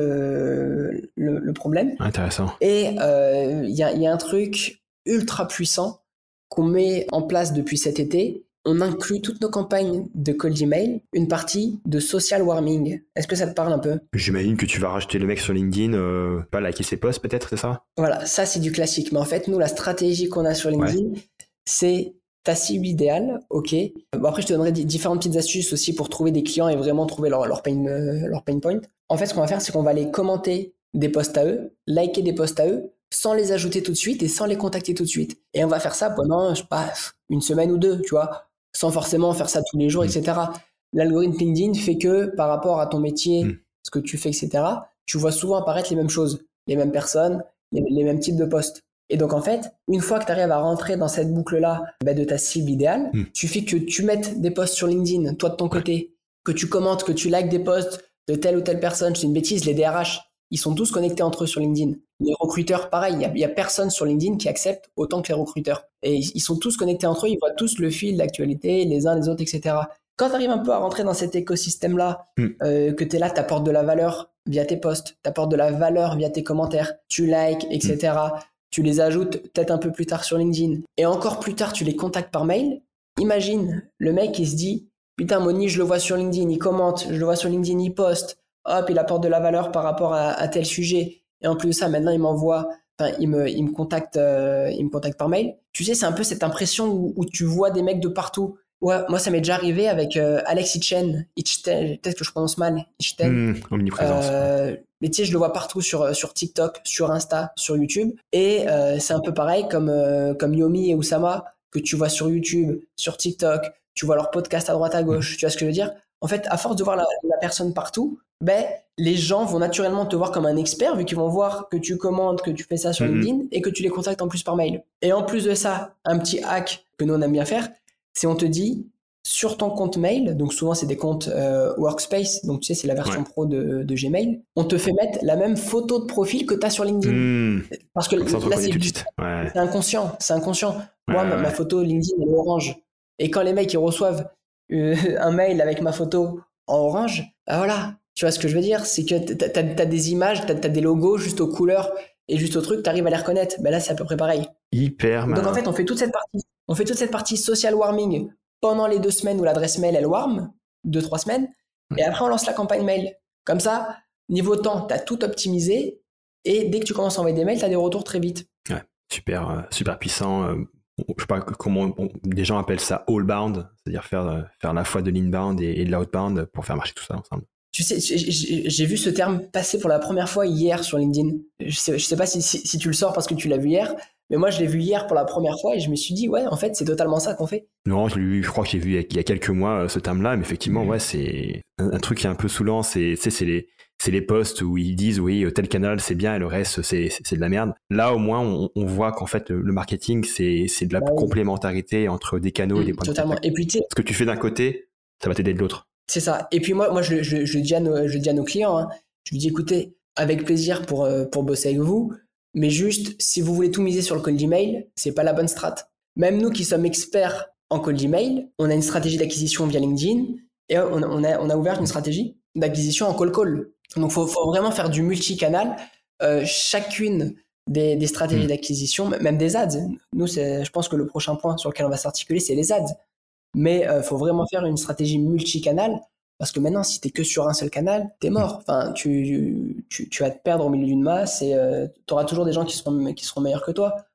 le, le, le problème. Intéressant. Et il euh, y, a, y a un truc ultra puissant qu'on met en place depuis cet été. On inclut toutes nos campagnes de cold email, une partie de social warming. Est-ce que ça te parle un peu ? J'imagine que tu vas rajouter le mec sur LinkedIn, euh, pas liker ses posts peut-être, c'est ça ? Voilà, ça c'est du classique. Mais en fait, nous, la stratégie qu'on a sur LinkedIn, ouais. c'est ta cible idéale, ok. Bon, après, je te donnerai d- différentes petites astuces aussi pour trouver des clients et vraiment trouver leur, leur, pain, euh, leur pain point. En fait, ce qu'on va faire, c'est qu'on va aller commenter des posts à eux, liker des posts à eux, sans les ajouter tout de suite et sans les contacter tout de suite. Et on va faire ça pendant, je sais pas, une semaine ou deux, tu vois, sans forcément faire ça tous les jours, mmh. et cetera. L'algorithme LinkedIn fait que par rapport à ton métier, mmh. ce que tu fais, et cetera, tu vois souvent apparaître les mêmes choses, les mêmes personnes, les, les mêmes types de posts. Et donc, en fait, une fois que tu arrives à rentrer dans cette boucle-là bah, de ta cible idéale, il mmh. suffit que tu mettes des posts sur LinkedIn, toi de ton côté, que tu commentes, que tu likes des posts de telle ou telle personne. C'est une bêtise, les D R H, ils sont tous connectés entre eux sur LinkedIn. Les recruteurs, pareil, il n'y a, a personne sur LinkedIn qui accepte autant que les recruteurs. Et ils sont tous connectés entre eux, ils voient tous le fil d'actualité, les uns les autres, et cetera. Quand tu arrives un peu à rentrer dans cet écosystème-là, mmh. euh, que tu es là, tu apportes de la valeur via tes posts, tu apportes de la valeur via tes commentaires, tu likes, et cetera. Mmh. Tu les ajoutes peut-être un peu plus tard sur LinkedIn. Et encore plus tard, tu les contactes par mail. Imagine, le mec, il se dit, putain, Moni, je le vois sur LinkedIn, il commente, je le vois sur LinkedIn, il poste. Hop, il apporte de la valeur par rapport à, à tel sujet. Et en plus de ça, maintenant, il m'envoie, enfin, il me, il me contacte, euh, il me contacte par mail. Tu sais, c'est un peu cette impression où, où tu vois des mecs de partout. Ouais, moi, ça m'est déjà arrivé avec euh, Alex Hitchen. Hitchen, peut-être que je prononce mal. Hitchen. Mmh, omniprésence. Euh, ouais. Mais tu sais, je le vois partout sur, sur TikTok, sur Insta, sur YouTube. Et euh, c'est un peu pareil comme, euh, comme Yomi et Oussama, que tu vois sur YouTube, sur TikTok. Tu vois leurs podcasts à droite à gauche. Mmh. Tu vois ce que je veux dire ? En fait, à force de voir la, la personne partout, ben, les gens vont naturellement te voir comme un expert vu qu'ils vont voir que tu commandes, que tu fais ça sur mmh. LinkedIn et que tu les contactes en plus par mail. Et en plus de ça, un petit hack que nous on aime bien faire, c'est on te dit sur ton compte mail, donc souvent c'est des comptes euh, Workspace, donc tu sais c'est la version ouais. pro de, de Gmail, on te fait mettre la même photo de profil que tu as sur LinkedIn. Mmh. Parce que ça, là c'est, ouais. c'est inconscient, c'est inconscient. Ouais, Moi ouais. Ma, ma photo LinkedIn elle est orange. Et quand les mecs ils reçoivent euh, un mail avec ma photo en orange, ben voilà, tu vois ce que je veux dire, c'est que t'as, t'as, t'as des images, t'as, t'as des logos juste aux couleurs et juste au truc, t'arrives à les reconnaître. Ben là c'est à peu près pareil. Hyper malin. Donc en fait on fait toute cette partie. On fait toute cette partie social warming pendant les deux semaines où l'adresse mail elle warm, deux trois semaines, et après on lance la campagne mail. Comme ça, niveau temps, tu as tout optimisé, et dès que tu commences à envoyer des mails, tu as des retours très vite. Ouais, super, euh, super puissant. Euh, je sais pas comment on, des gens appellent ça all-bound, c'est-à-dire faire, faire la fois de l'inbound et, et de l'outbound pour faire marcher tout ça ensemble. Tu sais, j'ai, j'ai vu ce terme passer pour la première fois hier sur LinkedIn. Je sais, je sais pas si, si, si tu le sors parce que tu l'as vu hier, mais moi, je l'ai vu hier pour la première fois et je me suis dit, ouais, en fait, c'est totalement ça qu'on fait. Non, je, l'ai vu, je crois que j'ai vu il y a quelques mois ce terme-là, mais effectivement, mmh. ouais, c'est un, un truc qui est un peu saoulant. C'est, c'est, c'est les, c'est les posts où ils disent, oui, tel canal, c'est bien et le reste, c'est, c'est, c'est de la merde. Là, au moins, on, on voit qu'en fait, le, le marketing, c'est, c'est de la bah, complémentarité oui. entre des canaux mmh, et des points totalement. de contact. Et puis, tu sais, ce que tu fais d'un côté, ça va t'aider de l'autre. C'est ça. Et puis moi, moi je, je, je, dis, à nos, je dis à nos clients, hein, je lui dis, écoutez, avec plaisir pour, pour bosser avec vous, mais juste, si vous voulez tout miser sur le cold email, c'est pas la bonne strat. Même nous qui sommes experts en cold email, on a une stratégie d'acquisition via LinkedIn et on, on, a, on a ouvert une stratégie d'acquisition en cold call. Donc, il faut, faut vraiment faire du multicanal. Euh, chacune des, des stratégies mmh. d'acquisition, même des ads. Nous, c'est, je pense que le prochain point sur lequel on va s'articuler, c'est les ads. Mais il euh, faut vraiment faire une stratégie multicanal parce que maintenant, si t'es que sur un seul canal, t'es mort. Enfin, tu, tu, tu vas te perdre au milieu d'une masse et euh, t'auras toujours des gens qui seront, qui seront meilleurs que toi.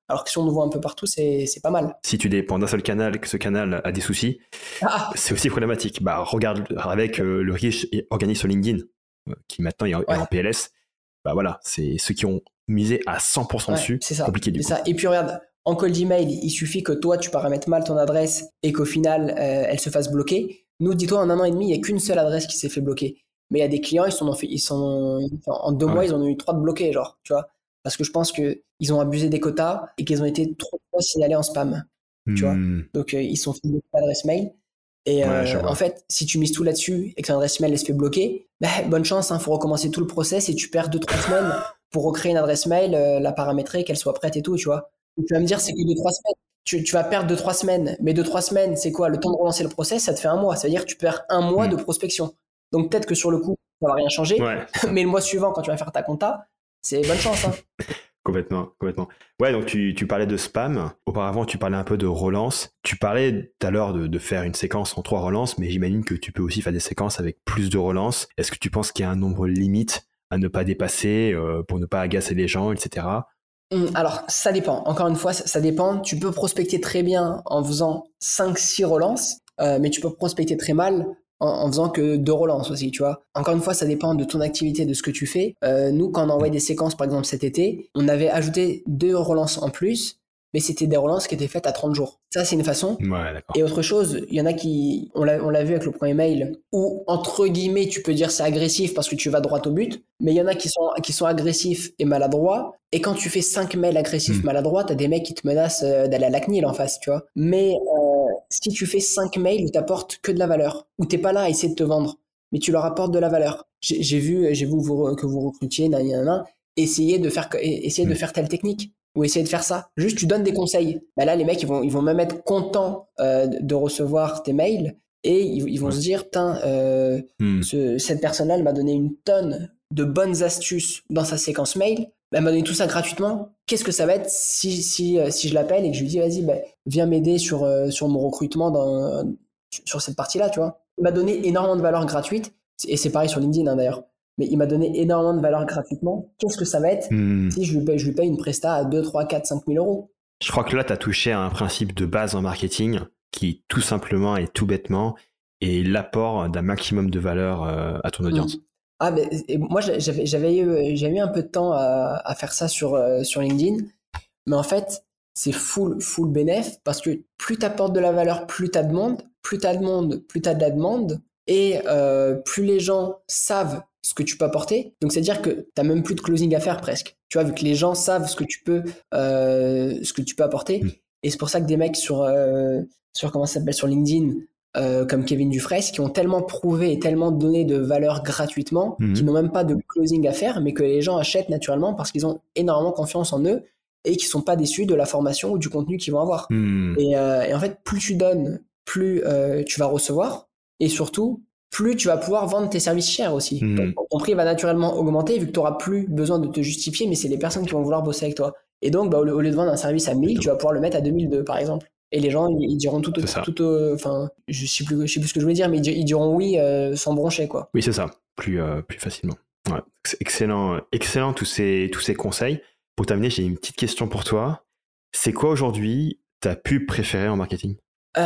Alors que si on nous voit un peu partout, c'est, c'est pas mal. Si tu dépends d'un seul canal et que ce canal a des soucis, ah. c'est aussi problématique. Bah, regarde avec euh, le riche organisme LinkedIn, euh, qui maintenant est, ouais. est en P L S. Bah voilà, c'est ceux qui ont misé à cent pour cent ouais, dessus. C'est ça. Compliqué du c'est coup. Ça. Et puis regarde, en cold email, il suffit que toi, tu paramètres mal ton adresse et qu'au final, euh, elle se fasse bloquer. Nous, dis-toi, en un an et demi, il n'y a qu'une seule adresse qui s'est fait bloquer. Mais il y a des clients, ils sont en, ils sont, en deux ah mois, ouais. ils en ont eu trois de bloqués, genre, tu vois. Parce que je pense qu'ils ont abusé des quotas et qu'ils ont été trop fois signalés en spam, mmh. tu vois. Donc, euh, ils sont fait bloquer l'adresse mail. Et ouais, euh, en fait, si tu mises tout là-dessus et que ton adresse mail elle se fait bloquer, bah, bonne chance, il hein, faut recommencer tout le process et tu perds deux trois semaines pour recréer une adresse mail, euh, la paramétrer, qu'elle soit prête et tout, tu vois. Et tu vas me dire, c'est que deux trois semaines. Tu, tu vas perdre deux trois semaines. Mais deux trois semaines, c'est quoi? Le temps de relancer le process, ça te fait un mois. Ça veut dire que tu perds un mois mmh. de prospection. Donc, peut-être que sur le coup, ça va rien changer. Ouais, mais le mois suivant, quand tu vas faire ta compta, c'est bonne chance. Hein. Complètement, complètement. Ouais, donc tu, tu parlais de spam. Auparavant, tu parlais un peu de relance. Tu parlais tout à l'heure de, de faire une séquence en trois relances, mais j'imagine que tu peux aussi faire des séquences avec plus de relances. Est-ce que tu penses qu'il y a un nombre limite à ne pas dépasser euh, pour ne pas agacer les gens, et cetera. Alors, ça dépend. Encore une fois, ça dépend. Tu peux prospecter très bien en faisant cinq six relances, euh, mais tu peux prospecter très mal en, en faisant que deux relances aussi, tu vois. Encore une fois, ça dépend de ton activité, de ce que tu fais. Euh, nous, quand on envoyait des séquences, par exemple cet été, on avait ajouté deux relances en plus, mais c'était des relances qui étaient faites à trente jours. Ça, c'est une façon. Ouais, d'accord. Et autre chose, il y en a qui, on l'a, on l'a vu avec le premier mail, où, entre guillemets, tu peux dire c'est agressif parce que tu vas droit au but, mais il y en a qui sont, qui sont agressifs et maladroits. Et quand tu fais cinq mails agressifs mmh. maladroits, t'as des mecs qui te menacent d'aller à la C N I L en face, tu vois. Mais euh, si tu fais cinq mails où t'apportes que de la valeur, où t'es pas là à essayer de te vendre, mais tu leur apportes de la valeur. J'ai, j'ai vu, j'ai vu vous, que vous recrutiez, nan, nan, nan, essayez de faire, essayez mmh. de faire telle technique. Ou essayer de faire ça. Juste, tu donnes des conseils. Bah là, les mecs, ils vont, ils vont même être contents euh, de recevoir tes mails et ils, ils vont ouais. se dire, putain, euh, hmm. ce, cette personne-là, elle m'a donné une tonne de bonnes astuces dans sa séquence mail. Bah, elle m'a donné tout ça gratuitement. Qu'est-ce que ça va être si, si, euh, si je l'appelle et que je lui dis, vas-y, bah, viens m'aider sur, euh, sur mon recrutement dans, sur cette partie-là, tu vois. Il m'a donné énormément de valeur gratuite et c'est pareil sur LinkedIn hein, d'ailleurs. Mais il m'a donné énormément de valeur gratuitement. Qu'est-ce que ça va être mmh. si je lui, paye, je lui paye une presta à deux, trois, quatre, cinq mille euros? Je crois que là, tu as touché à un principe de base en marketing qui, tout simplement et tout bêtement, est l'apport d'un maximum de valeur euh, à ton audience. Mmh. Ah, mais et moi, j'avais, j'avais, eu, j'avais eu un peu de temps à, à faire ça sur, euh, sur LinkedIn. Mais en fait, c'est full, full bénéf parce que plus tu apportes de la valeur, plus tu as de monde. Plus tu as de monde, plus tu as de la demande. Et euh, plus les gens savent ce que tu peux apporter. Donc, c'est-à-dire que tu n'as même plus de closing à faire presque. Tu vois, vu que les gens savent ce que tu peux, euh, ce que tu peux apporter. Mmh. Et c'est pour ça que des mecs sur, euh, sur comment ça s'appelle, sur LinkedIn, euh, comme Kevin Dufresne, qui ont tellement prouvé et tellement donné de valeur gratuitement, mmh. qu'ils n'ont même pas de closing à faire, mais que les gens achètent naturellement parce qu'ils ont énormément confiance en eux et qu'ils ne sont pas déçus de la formation ou du contenu qu'ils vont avoir. Mmh. Et, euh, et en fait, plus tu donnes, plus euh, tu vas recevoir. Et surtout, plus tu vas pouvoir vendre tes services chers aussi. Mmh. Ton, ton prix va naturellement augmenter vu que tu n'auras plus besoin de te justifier, mais c'est les personnes qui vont vouloir bosser avec toi. Et donc, bah, au, lieu, au lieu de vendre un service à mille, tu vas pouvoir le mettre à deux mille deux, par exemple. Et les gens, ils, ils diront tout, tout, tout enfin, je sais plus, je sais plus ce que je voulais dire, mais ils, ils diront oui euh, sans broncher, quoi. Oui, c'est ça, plus, euh, plus facilement. Ouais. Excellent, excellent tous ces, tous ces conseils. Pour terminer, j'ai une petite question pour toi. C'est quoi aujourd'hui ta pub préférée en marketing?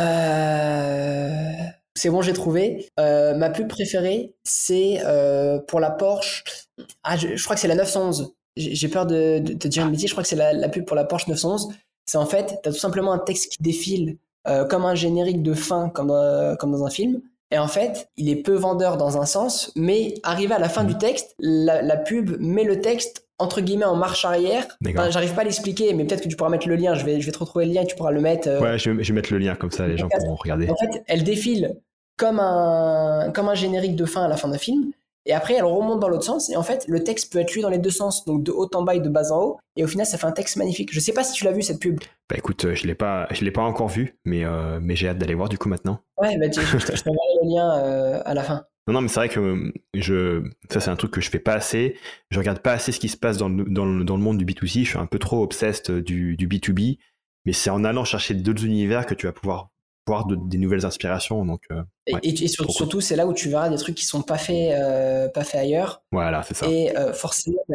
Euh... C'est bon, j'ai trouvé. Euh, ma pub préférée, c'est euh, pour la Porsche. Ah, je, je crois que c'est la neuf cent onze. J'ai, j'ai peur de, de te dire une bêtise. Je crois que c'est la, la pub pour la Porsche neuf cent onze. C'est en fait, tu as tout simplement un texte qui défile euh, comme un générique de fin, comme, euh, comme dans un film. Et en fait, il est peu vendeur dans un sens, mais arrivé à la fin du texte, la, la pub met le texte entre guillemets en marche arrière. Enfin, j'arrive pas à l'expliquer, mais peut-être que tu pourras mettre le lien. Je vais, je vais te retrouver le lien et tu pourras le mettre. Euh... Ouais, je vais, je vais mettre le lien comme ça, les gens pourront regarder. En fait, elle défile comme un, comme un générique de fin à la fin d'un film. Et après, elle remonte dans l'autre sens. Et en fait, le texte peut être lu dans les deux sens, donc de haut en bas et de bas en haut. Et au final, ça fait un texte magnifique. Je sais pas si tu l'as vu, cette pub. Bah écoute, je l'ai pas, je l'ai pas encore vu, mais, euh, mais j'ai hâte d'aller voir du coup maintenant. Ouais, bah tu, je, je t'enverrai le lien euh, à la fin. Non, non, mais c'est vrai que je, ça, c'est un truc que je fais pas assez. Je regarde pas assez ce qui se passe dans le, dans le, dans le monde du B deux C. Je suis un peu trop obsessed du, du B deux B. Mais c'est en allant chercher d'autres univers que tu vas pouvoir voir de, des nouvelles inspirations. Donc, euh, ouais, et, et, et sur, surtout, cool. C'est là où tu verras des trucs qui sont pas faits, euh, pas faits ailleurs. Voilà, c'est ça. Et euh, forcément, bah,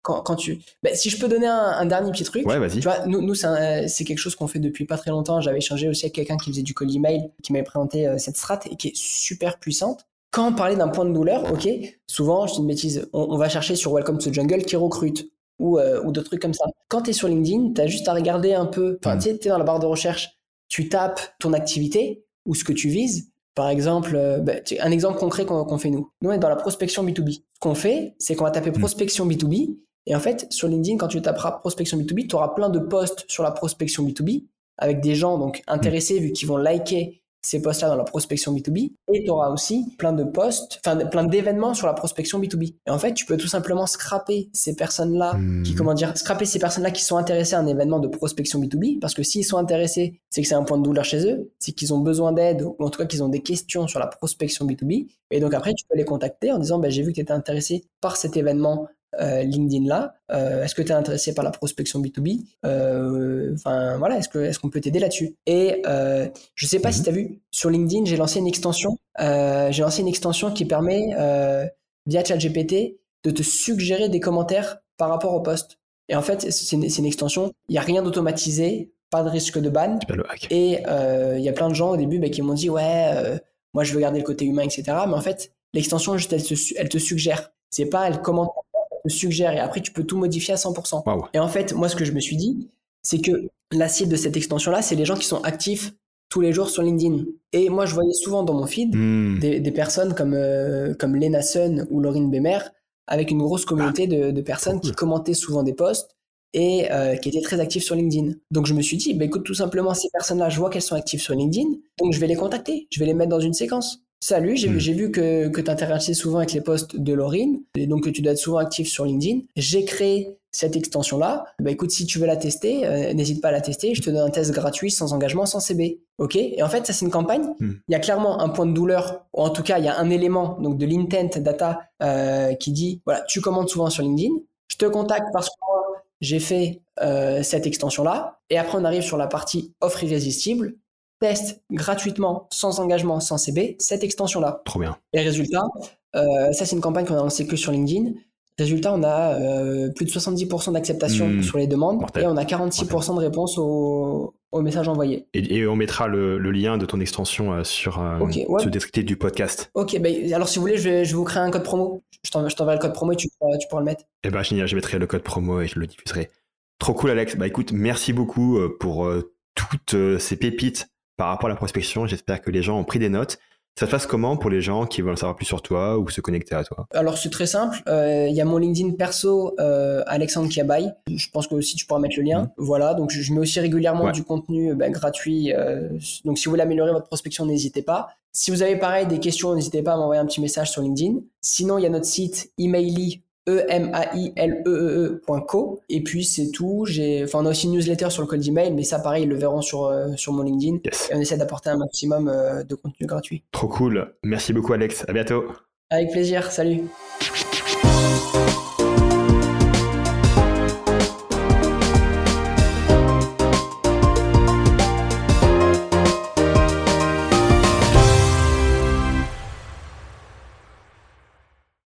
quand, quand tu... Ben, si je peux donner un, un dernier petit truc, ouais, vas-y. Tu vois, nous, nous c'est, un, c'est quelque chose qu'on fait depuis pas très longtemps. J'avais échangé aussi avec quelqu'un qui faisait du cold email, qui m'avait présenté euh, cette strat et qui est super puissante. Quand on parlait d'un point de douleur, ok, souvent, je dis une bêtise, on, on va chercher sur Welcome to the Jungle qui recrute ou, euh, ou d'autres trucs comme ça. Quand tu es sur LinkedIn, tu as juste à regarder un peu, enfin, tu sais, tu es dans la barre de recherche, tu tapes ton activité ou ce que tu vises. Par exemple, euh, bah, un exemple concret qu'on, qu'on fait nous. Nous, on est dans la prospection B deux B. Ce qu'on fait, c'est qu'on va taper prospection B deux B. Et en fait, sur LinkedIn, quand tu taperas prospection B deux B, tu auras plein de posts sur la prospection B deux B avec des gens donc intéressés vu qu'ils vont liker ces posts-là dans la prospection B deux B. Et tu auras aussi plein de posts, enfin plein d'événements sur la prospection B deux B. Et en fait, tu peux tout simplement scraper ces personnes-là, mmh. qui comment dire, scraper ces personnes-là qui sont intéressées à un événement de prospection B deux B, parce que s'ils sont intéressés, c'est que c'est un point de douleur chez eux, c'est qu'ils ont besoin d'aide ou en tout cas qu'ils ont des questions sur la prospection B deux B. Et donc après, tu peux les contacter en disant, bah, j'ai vu que tu étais intéressé par cet événement Euh, LinkedIn là, euh, est-ce que tu es intéressé par la prospection B deux B, euh, enfin voilà, est-ce que est-ce qu'on peut t'aider là-dessus? Et euh, je sais pas mm-hmm. si tu as vu sur LinkedIn, j'ai lancé une extension, euh, j'ai lancé une extension qui permet euh, via ChatGPT de te suggérer des commentaires par rapport au post. Et en fait, c'est une, c'est une extension, il y a rien d'automatisé, pas de risque de ban. Et il euh, y a plein de gens au début bah, qui m'ont dit ouais, euh, moi je veux garder le côté humain, et cetera. Mais en fait, l'extension juste elle te, elle te suggère. C'est pas elle commente, te suggère et après tu peux tout modifier à cent pour cent. Wow. Et en fait, moi ce que je me suis dit, c'est que la cible de cette extension-là, c'est les gens qui sont actifs tous les jours sur LinkedIn. Et moi je voyais souvent dans mon feed mmh. des, des personnes comme, euh, comme Lena Sun ou Laurine Bemer avec une grosse communauté ah, de, de personnes cool. qui commentaient souvent des posts et euh, qui étaient très actives sur LinkedIn. Donc je me suis dit, bah, écoute, tout simplement, ces personnes-là, je vois qu'elles sont actives sur LinkedIn, donc je vais les contacter, je vais les mettre dans une séquence. Salut, j'ai, mmh. j'ai vu que, que tu interagissais souvent avec les posts de Laurine, et donc que tu dois être souvent actif sur LinkedIn. J'ai créé cette extension-là. Bah écoute, si tu veux la tester, euh, n'hésite pas à la tester. Je te donne un test gratuit, sans engagement, sans C B. Ok ? Et en fait, ça c'est une campagne. Mmh. Il y a clairement un point de douleur, ou en tout cas, il y a un élément donc de l'intent data euh, qui dit, voilà, tu commandes souvent sur LinkedIn. Je te contacte parce que moi, j'ai fait euh, cette extension-là. Et après, on arrive sur la partie offre irrésistible. Teste gratuitement, sans engagement, sans C B, cette extension-là. Trop bien. Et résultat, euh, ça c'est une campagne qu'on a lancée que sur LinkedIn. Résultat, on a euh, plus de soixante-dix pour cent d'acceptation mmh. sur les demandes Mortel. Et on a quarante-six pour cent Mortel. De réponses aux, aux messages envoyés. Et, et on mettra le, le lien de ton extension euh, sur euh, okay, ouais. ce descriptif du podcast. Ok, bah, alors si vous voulez, je vais, je vais vous créer un code promo. Je, t'en, je t'enverrai le code promo et tu, pourras, tu pourras le mettre. Eh ben génial, je mettrai le code promo et je le diffuserai. Trop cool, Alex. Bah écoute, merci beaucoup pour euh, toutes euh, ces pépites par rapport à la prospection. J'espère que les gens ont pris des notes. Ça se passe comment pour les gens qui veulent en savoir plus sur toi ou se connecter à toi? Alors c'est très simple. Il euh, y a mon LinkedIn perso, euh, Alexandre Kiabaye. Je pense que aussi tu pourras mettre le lien. Mmh. Voilà. Donc je, je mets aussi régulièrement ouais. du contenu ben, gratuit. Euh, donc si vous voulez améliorer votre prospection, n'hésitez pas. Si vous avez pareil des questions, n'hésitez pas à m'envoyer un petit message sur LinkedIn. Sinon il y a notre site emaily E M A I L E E E point co et puis c'est tout. J'ai, enfin on a aussi une newsletter sur le code email, mais ça pareil ils le verront sur euh, sur mon LinkedIn. Yes. Et on essaie d'apporter un maximum euh, de contenu gratuit. Trop cool. Merci beaucoup Alex. À bientôt. Avec plaisir. Salut.